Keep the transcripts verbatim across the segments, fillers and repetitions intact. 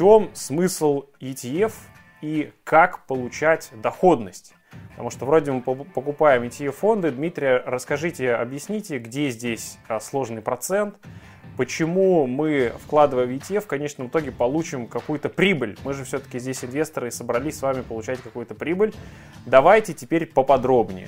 чем смысл и ти эф и как получать доходность. Потому что вроде мы покупаем и ти эф-фонды. Дмитрий, расскажите, объясните, где здесь сложный процент, почему мы, вкладывая в и ти эф, в конечном итоге получим какую-то прибыль. Мы же все-таки здесь инвесторы и собрались с вами получать какую-то прибыль. Давайте теперь поподробнее.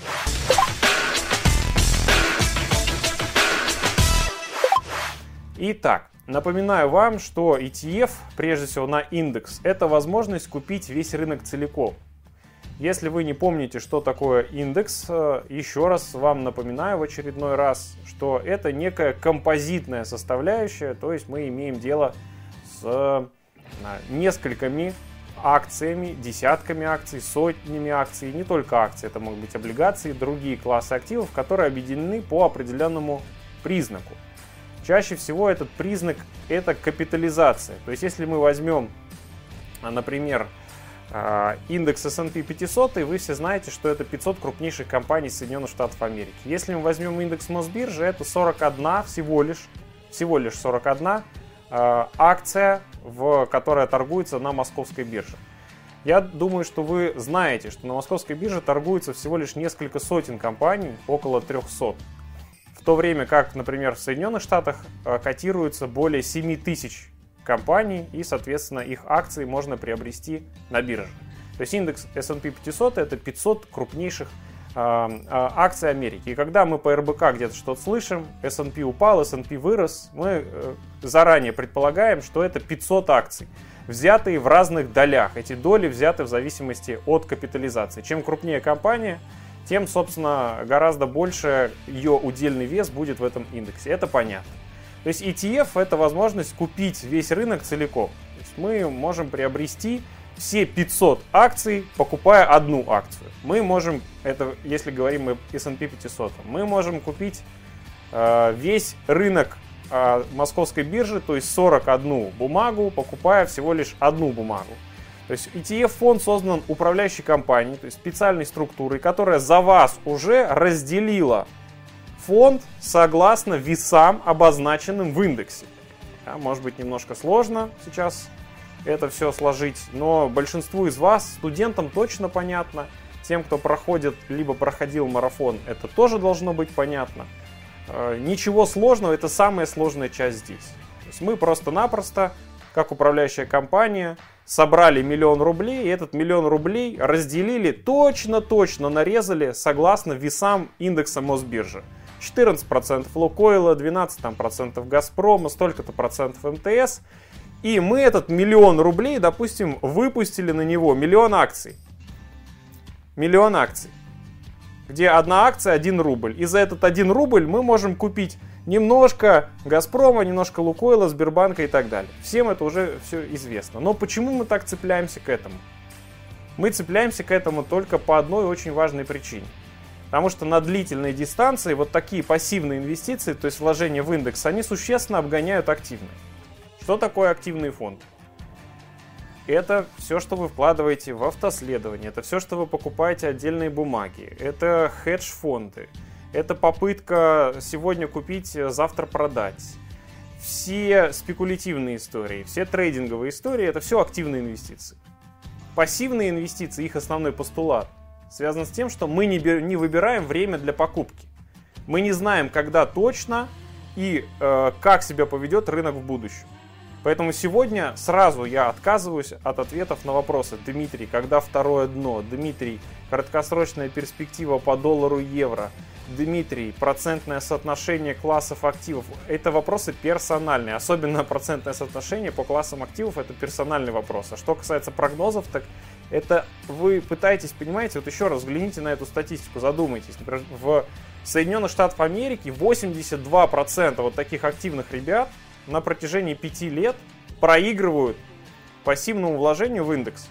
Итак, напоминаю вам, что и ти эф, прежде всего на индекс, это возможность купить весь рынок целиком. Если вы не помните, что такое индекс, еще раз вам напоминаю в очередной раз, что это некая композитная составляющая, то есть мы имеем дело с несколькими акциями, десятками акций, сотнями акций, не только акции, это могут быть облигации, другие классы активов, которые объединены по определенному признаку. Чаще всего этот признак – это капитализация. То есть если мы возьмем, например, индекс эс энд пи пятьсот, вы все знаете, что это пятьсот крупнейших компаний Соединенных Штатов Америки. Если мы возьмем индекс Мосбиржи, это сорок одна, всего лишь, всего лишь сорок одна э, акция, в, которая торгуется на московской бирже. Я думаю, что вы знаете, что на московской бирже торгуется всего лишь несколько сотен компаний, около трехсот. В то время как, например, в Соединенных Штатах э, котируется более семи тысяч компаний, и, соответственно, их акции можно приобрести на бирже. То есть индекс эс энд пи пятьсот это пятьсот крупнейших э, э, акций Америки. И когда мы по эр бэ ка где-то что-то слышим, эс энд пи упал, эс энд пи вырос, мы э, заранее предполагаем, что это пятьсот акций, взятые в разных долях. Эти доли взяты в зависимости от капитализации. Чем крупнее компания, тем, собственно, гораздо больше ее удельный вес будет в этом индексе. Это понятно. То есть и ти эф это возможность купить весь рынок целиком. То есть мы можем приобрести все пятьсот акций, покупая одну акцию. Мы можем, это если говорим об эс энд пи пятьсот, мы можем купить э, весь рынок э, московской биржи, то есть сорок одну бумагу, покупая всего лишь одну бумагу. То есть и ти эф-фонд создан управляющей компанией, то есть специальной структурой, которая за вас уже разделила фонд согласно весам, обозначенным в индексе. Да, может быть, немножко сложно сейчас это все сложить, но большинству из вас, студентам, точно понятно. Тем, кто проходит, либо проходил марафон, это тоже должно быть понятно. Ничего сложного, это самая сложная часть здесь. То есть мы просто-напросто, как управляющая компания, собрали миллион рублей, и этот миллион рублей разделили, точно-точно нарезали согласно весам индекса Мосбиржи. четырнадцать процентов Лукойла, двенадцать процентов Газпрома, столько-то процентов эм тэ эс. И мы этот миллион рублей, допустим, выпустили на него миллион акций. Миллион акций. Где одна акция один рубль. И за этот один рубль мы можем купить немножко Газпрома, немножко Лукойла, Сбербанка и так далее. Всем это уже все известно. Но почему мы так цепляемся к этому? Мы цепляемся к этому только по одной очень важной причине. Потому что на длительной дистанции вот такие пассивные инвестиции, то есть вложения в индекс, они существенно обгоняют активные. Что такое активный фонд? Это все, что вы вкладываете в автоследование, это все, что вы покупаете отдельные бумаги, это хедж-фонды, это попытка сегодня купить, завтра продать. Все спекулятивные истории, все трейдинговые истории, это все активные инвестиции. Пассивные инвестиции, их основной постулат, связан с тем, что мы не, не выбираем время для покупки. Мы не знаем, когда точно и э, как себя поведет рынок в будущем. Поэтому сегодня сразу я отказываюсь от ответов на вопросы. Дмитрий, когда второе дно? Дмитрий, краткосрочная перспектива по доллару-евро? Дмитрий, процентное соотношение классов активов? Это вопросы персональные. Особенно процентное соотношение по классам активов – это персональный вопрос. А что касается прогнозов, так это вы пытаетесь, понимаете, вот еще раз взгляните на эту статистику, задумайтесь. Например, в Соединенных Штатах Америки восемьдесят два процента вот таких активных ребят на протяжении пяти лет проигрывают пассивному вложению в индекс.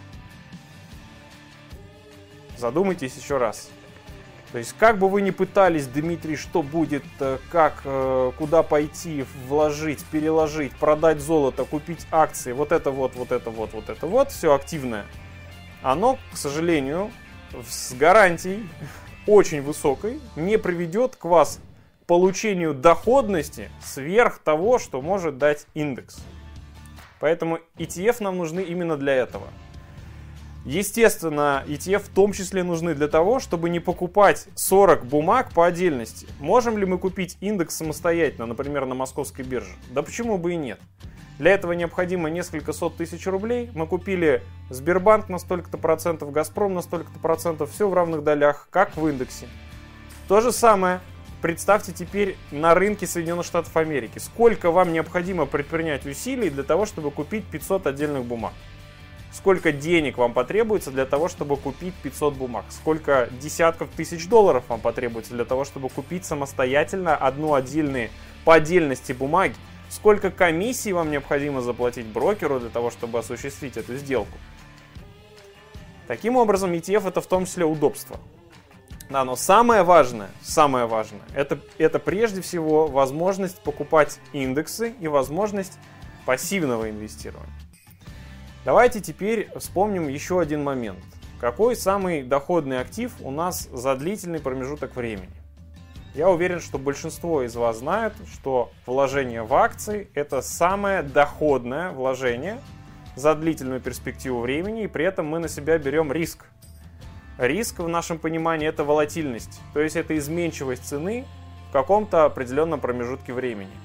Задумайтесь еще раз. То есть, как бы вы ни пытались, Дмитрий, что будет, как, куда пойти, вложить, переложить, продать золото, купить акции, вот это вот, вот это вот, вот это вот, все активное, оно, к сожалению, с гарантией очень высокой не приведет к вас получению доходности сверх того, что может дать индекс. Поэтому и ти эф нам нужны именно для этого. Естественно, и ти эф в том числе нужны для того, чтобы не покупать сорок бумаг по отдельности. Можем ли мы купить индекс самостоятельно, например, на московской бирже? Да почему бы и нет? Для этого необходимо несколько сот тысяч рублей. Мы купили Сбербанк на столько-то процентов, Газпром на столько-то процентов, все в равных долях, как в индексе. То же самое представьте теперь на рынке Соединенных Штатов Америки. Сколько вам необходимо предпринять усилий для того, чтобы купить пятьсот отдельных бумаг? Сколько денег вам потребуется для того, чтобы купить пятьсот бумаг? Сколько десятков тысяч долларов вам потребуется для того, чтобы купить самостоятельно одну отдельную по отдельности бумаги? Сколько комиссий вам необходимо заплатить брокеру для того, чтобы осуществить эту сделку? Таким образом, и ти эф это в том числе удобство. Да, но самое важное, самое важное, это, это прежде всего возможность покупать индексы и возможность пассивного инвестирования. Давайте теперь вспомним еще один момент. Какой самый доходный актив у нас за длительный промежуток времени? Я уверен, что большинство из вас знают, что вложение в акции – это самое доходное вложение за длительную перспективу времени, и при этом мы на себя берем риск. Риск в нашем понимании – это волатильность, то есть это изменчивость цены в каком-то определенном промежутке времени.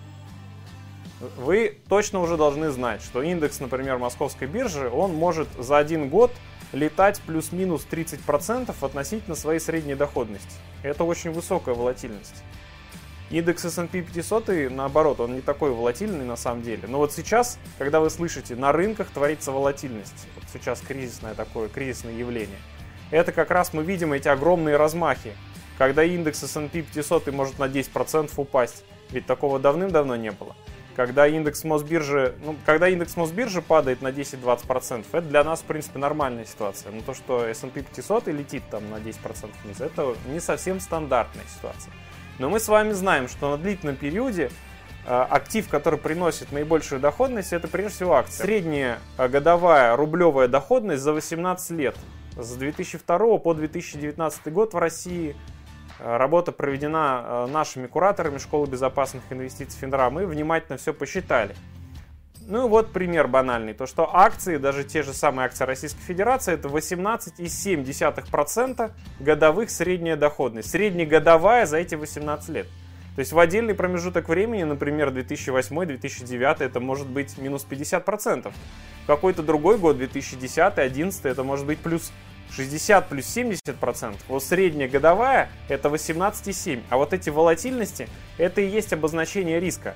Вы точно уже должны знать, что индекс, например, московской биржи, он может за один год летать плюс-минус тридцать процентов относительно своей средней доходности. Это очень высокая волатильность. Индекс эс энд пи пятьсот, наоборот, он не такой волатильный на самом деле. Но вот сейчас, когда вы слышите, на рынках творится волатильность, вот сейчас кризисное такое, кризисное явление, это как раз мы видим эти огромные размахи, когда индекс эс энд пи пятьсот может на десять процентов упасть, ведь такого давным-давно не было. Когда индекс Мосбиржи, ну, когда индекс Мосбиржи падает на десять-двадцать процентов, это для нас, в принципе, нормальная ситуация. Но то, что эс энд пи пятьсот и летит там на десять процентов вниз, это не совсем стандартная ситуация. Но мы с вами знаем, что на длительном периоде э, актив, который приносит наибольшую доходность, это прежде всего акции. Средняя э, годовая рублевая доходность за восемнадцать лет с две тысячи второго по две тысячи девятнадцатый год в России. Работа проведена нашими кураторами Школы безопасных инвестиций Финра. Мы внимательно все посчитали. Ну и вот пример банальный. То, что акции, даже те же самые акции Российской Федерации, это восемнадцать целых семь десятых процента годовых средняя доходность. Среднегодовая за эти восемнадцать лет. То есть в отдельный промежуток времени, например, две тысячи восьмой - две тысячи девятый, это может быть минус пятьдесят процентов. В какой-то другой год, две тысячи десятый - две тысячи одиннадцатый, это может быть плюс шестьдесят плюс семьдесят процентов. Вот средняя годовая это восемнадцать целых семь десятых. А вот эти волатильности это и есть обозначение риска.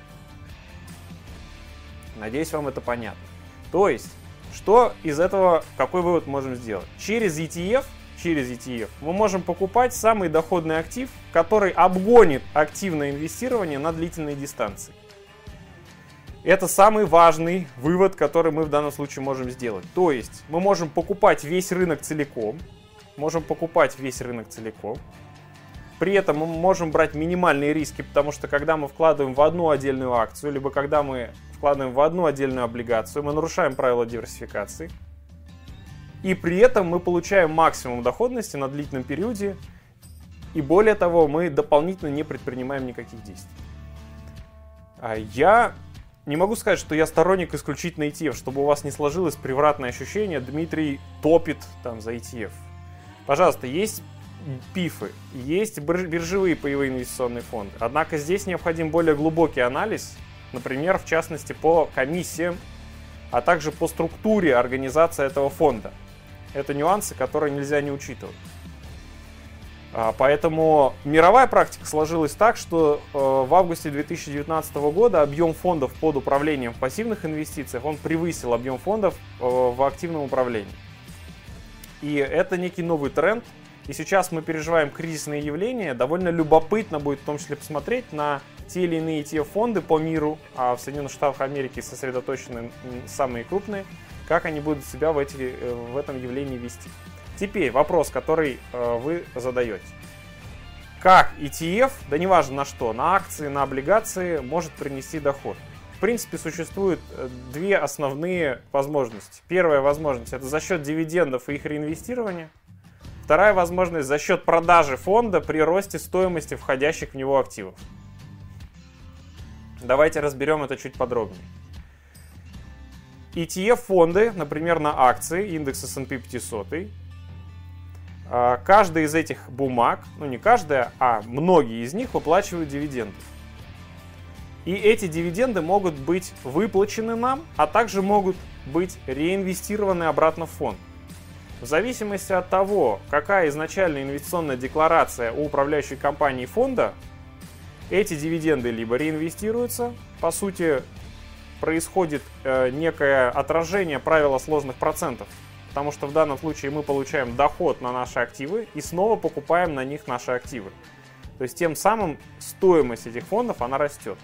Надеюсь, вам это понятно. То есть, что из этого, какой вывод можем сделать? Через и ти эф, через и ти эф мы можем покупать самый доходный актив, который обгонит активное инвестирование на длительной дистанции. Это самый важный вывод, который мы в данном случае можем сделать. То есть мы можем покупать весь рынок целиком, можем покупать весь рынок целиком. При этом мы можем брать минимальные риски, потому что когда мы вкладываем в одну отдельную акцию, либо когда мы вкладываем в одну отдельную облигацию, мы нарушаем правила диверсификации. И при этом мы получаем максимум доходности на длительном периоде. И более того, мы дополнительно не предпринимаем никаких действий. А я... Не могу сказать, что я сторонник исключительно и ти эф, чтобы у вас не сложилось превратное ощущение, Дмитрий топит там за и ти эф. Пожалуйста, есть пифы, есть биржевые паевые инвестиционные фонды. Однако здесь необходим более глубокий анализ, например, в частности по комиссиям, а также по структуре организации этого фонда. Это нюансы, которые нельзя не учитывать. Поэтому мировая практика сложилась так, что в августе две тысячи девятнадцатого года объем фондов под управлением в пассивных инвестициях он превысил объем фондов в активном управлении. И это некий новый тренд. И сейчас мы переживаем кризисные явления. Довольно любопытно будет в том числе посмотреть на те или иные и ти эф-фонды по миру, а в Соединенных Штатах Америки сосредоточены самые крупные, как они будут себя в, эти, в этом явлении вести. Теперь вопрос, который э, вы задаете. Как и ти эф, да неважно на что, на акции, на облигации, может принести доход? В принципе, существуют две основные возможности. Первая возможность – это за счет дивидендов и их реинвестирования. Вторая возможность – за счет продажи фонда при росте стоимости входящих в него активов. Давайте разберем это чуть подробнее. и ти эф-фонды, например, на акции, индекс эс энд пи пятьсот, каждая из этих бумаг, ну не каждая, а многие из них выплачивают дивиденды. И эти дивиденды могут быть выплачены нам, а также могут быть реинвестированы обратно в фонд. В зависимости от того, какая изначальная инвестиционная декларация у управляющей компании фонда, эти дивиденды либо реинвестируются, по сути, происходит э, некое отражение правила сложных процентов, потому что в данном случае мы получаем доход на наши активы и снова покупаем на них наши активы. То есть тем самым стоимость этих фондов, она растет.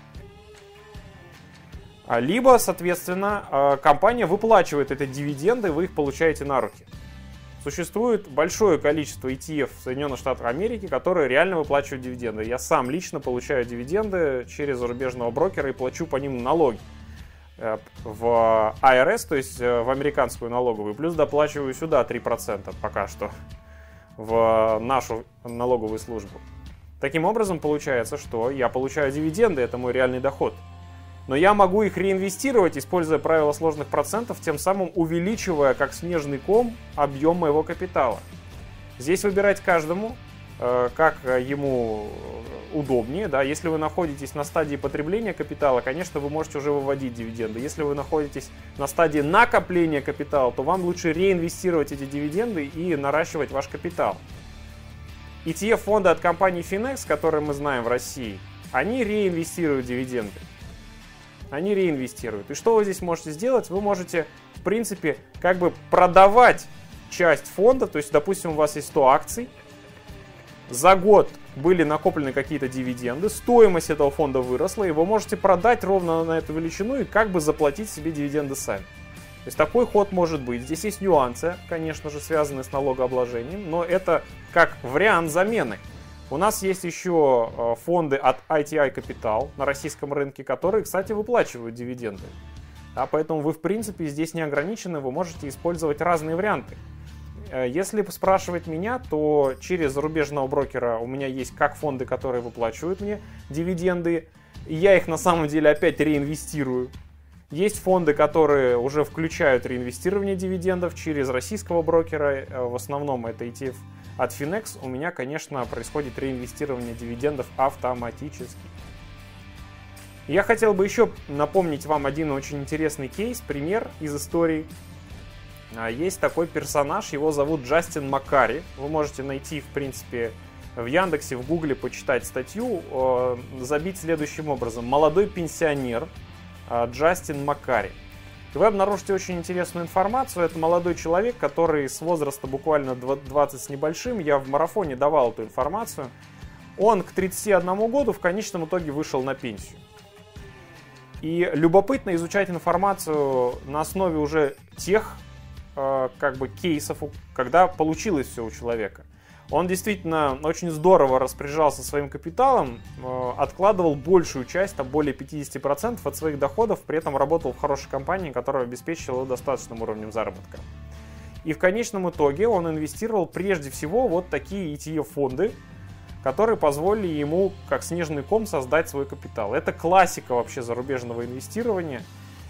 Либо, соответственно, компания выплачивает эти дивиденды, вы их получаете на руки. Существует большое количество и ти эф в Соединенных Штатах Америки, которые реально выплачивают дивиденды. Я сам лично получаю дивиденды через зарубежного брокера и плачу по ним налоги в ай ар эс, то есть в американскую налоговую, плюс доплачиваю сюда три процента пока что в нашу налоговую службу. Таким образом, получается, что я получаю дивиденды, это мой реальный доход. Но я могу их реинвестировать, используя правило сложных процентов, тем самым увеличивая, как снежный ком, объем моего капитала. Здесь выбирать каждому, как ему удобнее. Да? Если вы находитесь на стадии потребления капитала, конечно, вы можете уже выводить дивиденды. Если вы находитесь на стадии накопления капитала, то вам лучше реинвестировать эти дивиденды и наращивать ваш капитал. и ти эф-фонды от компании Finex, которые мы знаем в России, они реинвестируют дивиденды. Они реинвестируют. И что вы здесь можете сделать? Вы можете, в принципе, как бы продавать часть фонда. То есть, допустим, у вас есть сто акций. За год были накоплены какие-то дивиденды. Стоимость этого фонда выросла. И вы можете продать ровно на эту величину и как бы заплатить себе дивиденды сами. То есть, такой ход может быть. Здесь есть нюансы, конечно же, связанные с налогообложением. Но это как вариант замены. У нас есть еще фонды от ай ти ай Capital на российском рынке, которые, кстати, выплачивают дивиденды. А поэтому вы, в принципе, здесь не ограничены, вы можете использовать разные варианты. Если спрашивать меня, то через зарубежного брокера у меня есть как фонды, которые выплачивают мне дивиденды, и я их на самом деле опять реинвестирую. Есть фонды, которые уже включают реинвестирование дивидендов через российского брокера, в основном это и ти эф от Finex. У меня, конечно, происходит реинвестирование дивидендов автоматически. Я хотел бы еще напомнить вам один очень интересный кейс, пример из истории. Есть такой персонаж, его зовут Джастин Маккари. Вы можете найти, в принципе, в Яндексе, в Гугле почитать статью, забить следующим образом: молодой пенсионер Джастин Маккари. И вы обнаружите очень интересную информацию. Это молодой человек, который с возраста буквально двадцать с небольшим, я в марафоне давал эту информацию, он к тридцати одному году в конечном итоге вышел на пенсию. И любопытно изучать информацию на основе уже тех э, как бы кейсов, когда получилось все у человека. Он действительно очень здорово распоряжался своим капиталом, откладывал большую часть, там более пятидесяти процентов от своих доходов, при этом работал в хорошей компании, которая обеспечивала его достаточным уровнем заработка. И в конечном итоге он инвестировал прежде всего вот такие и ти эф-фонды, которые позволили ему, как снежный ком, создать свой капитал. Это классика вообще зарубежного инвестирования.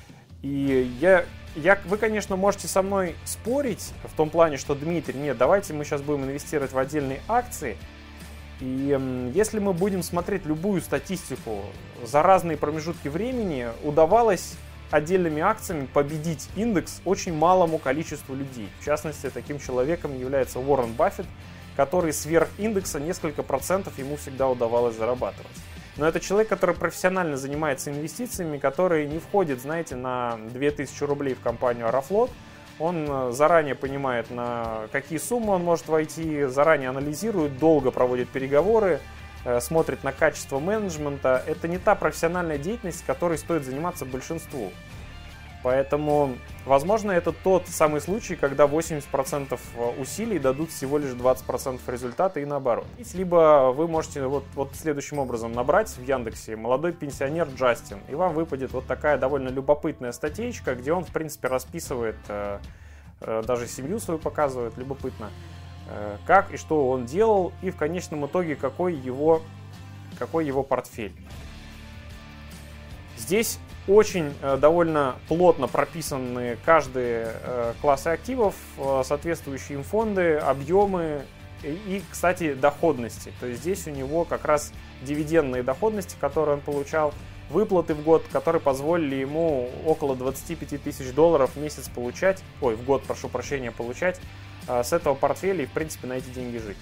И я... Я, вы, конечно, можете со мной спорить в том плане, что, Дмитрий, нет, давайте мы сейчас будем инвестировать в отдельные акции. И э, если мы будем смотреть любую статистику за разные промежутки времени, удавалось отдельными акциями победить индекс очень малому количеству людей. В частности, таким человеком является Уоррен Баффет, который сверх индекса несколько процентов ему всегда удавалось зарабатывать. Но это человек, который профессионально занимается инвестициями, который не входит, знаете, на две тысячи рублей в компанию Аэрофлот. Он заранее понимает, на какие суммы он может войти, заранее анализирует, долго проводит переговоры, смотрит на качество менеджмента. Это не та профессиональная деятельность, которой стоит заниматься большинству. Поэтому, возможно, это тот самый случай, когда восемьдесят процентов усилий дадут всего лишь двадцать процентов результата и наоборот. Либо вы можете вот, вот следующим образом набрать в Яндексе «молодой пенсионер Джастин», и вам выпадет вот такая довольно любопытная статейка, где он, в принципе, расписывает, э, э, даже семью свою показывает, любопытно, э, как и что он делал, и в конечном итоге какой его, какой его портфель. Здесь очень э, довольно плотно прописаны каждые э, классы активов, э, соответствующие им фонды, объемы и, и, кстати, доходности. То есть здесь у него как раз дивидендные доходности, которые он получал, выплаты в год, которые позволили ему около двадцати пяти тысяч долларов в месяц получать, ой, в год, прошу прощения, получать э, с этого портфеля и, в принципе, на эти деньги жить.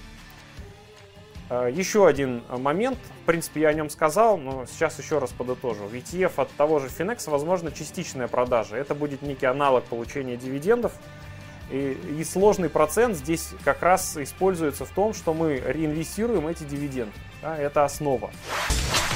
Еще один момент, в принципе, я о нем сказал, но сейчас еще раз подытожу. В и ти эф от того же Finex возможно частичная продажа. Это будет некий аналог получения дивидендов. И, и сложный процент здесь как раз используется в том, что мы реинвестируем эти дивиденды. Да, это основа.